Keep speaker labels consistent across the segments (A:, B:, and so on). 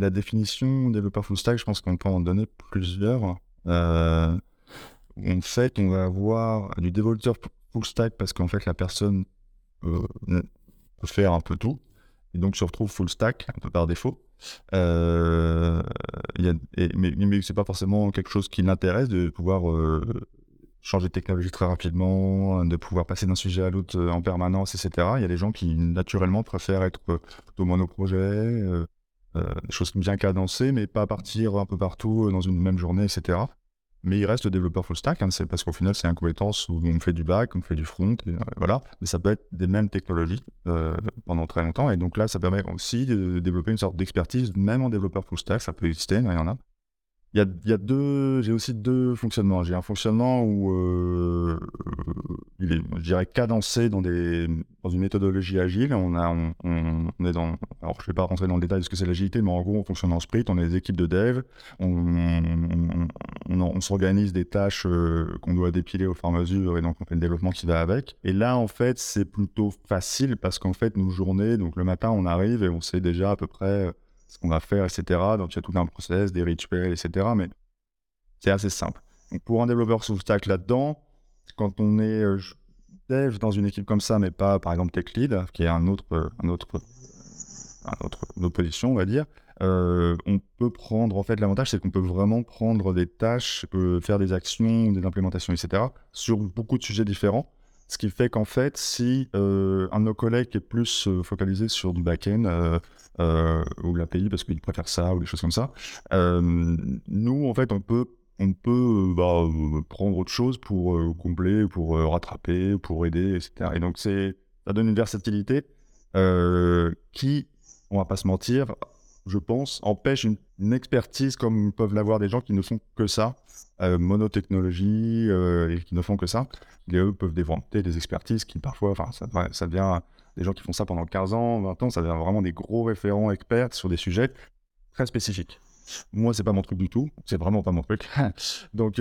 A: la définition développeur full stack, je pense qu'on peut en donner plusieurs. En fait, on va avoir du développeur full stack parce qu'en fait, la personne peut faire un peu tout. Et donc, se retrouve full stack, un peu par défaut. Mais c'est pas forcément quelque chose qui l'intéresse de pouvoir changer de technologie très rapidement, de pouvoir passer d'un sujet à l'autre en permanence, etc. Il y a des gens qui, naturellement, préfèrent être plutôt monoprojet, des choses bien cadencées, mais pas partir un peu partout dans une même journée, etc. Mais il reste développeur full stack, c'est parce qu'au final, c'est une compétence où on fait du back, on fait du front, et, voilà. Mais ça peut être des mêmes technologies pendant très longtemps. Et donc là, ça permet aussi de développer une sorte d'expertise, même en développeur full stack, ça peut exister, il y en a. J'ai aussi deux fonctionnements. J'ai un fonctionnement où il est, je dirais, cadencé dans une méthodologie agile. On est dans, alors je ne vais pas rentrer dans le détail de ce que c'est l'agilité, mais en gros, on fonctionne en sprint. On est des équipes de dev. On s'organise des tâches qu'on doit dépiler au fur et à mesure, et donc on fait le développement qui va avec. Et là, en fait, c'est plutôt facile parce qu'en fait, nos journées, donc le matin, on arrive et on sait déjà à peu près ce qu'on va faire, etc. Donc, il y a tout un process, des rituels, etc. Mais c'est assez simple. Donc, pour un développeur full stack là-dedans, quand on est dev dans une équipe comme ça, mais pas, par exemple, tech lead, qui est une autre position, on va dire, on peut prendre, en fait, l'avantage, c'est qu'on peut vraiment prendre des tâches, faire des actions, des implémentations, etc., sur beaucoup de sujets différents. Ce qui fait qu'en fait, si un de nos collègues est plus focalisé sur du back-end ou l'API parce qu'il préfère ça ou des choses comme ça, nous, en fait, on peut prendre autre chose pour combler, pour rattraper, pour aider, etc. Et donc, ça donne une versatilité qui, on va pas se mentir, je pense, empêche une expertise comme peuvent l'avoir des gens qui ne font que ça, monotechnologie, et qui ne font que ça. Et eux peuvent développer des expertises qui parfois, ça devient des gens qui font ça pendant 15 ans, 20 ans, ça devient vraiment des gros référents experts sur des sujets très spécifiques. Moi, c'est pas mon truc du tout. C'est vraiment pas mon truc. donc,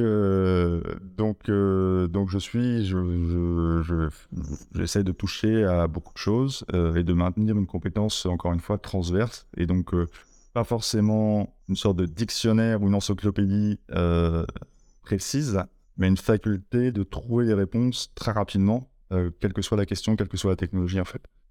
A: j'essaie de toucher à beaucoup de choses et de maintenir une compétence, encore une fois, transverse. Et donc, pas forcément une sorte de dictionnaire ou une encyclopédie précise, mais une faculté de trouver des réponses très rapidement, quelle que soit la question, quelle que soit la technologie, en fait.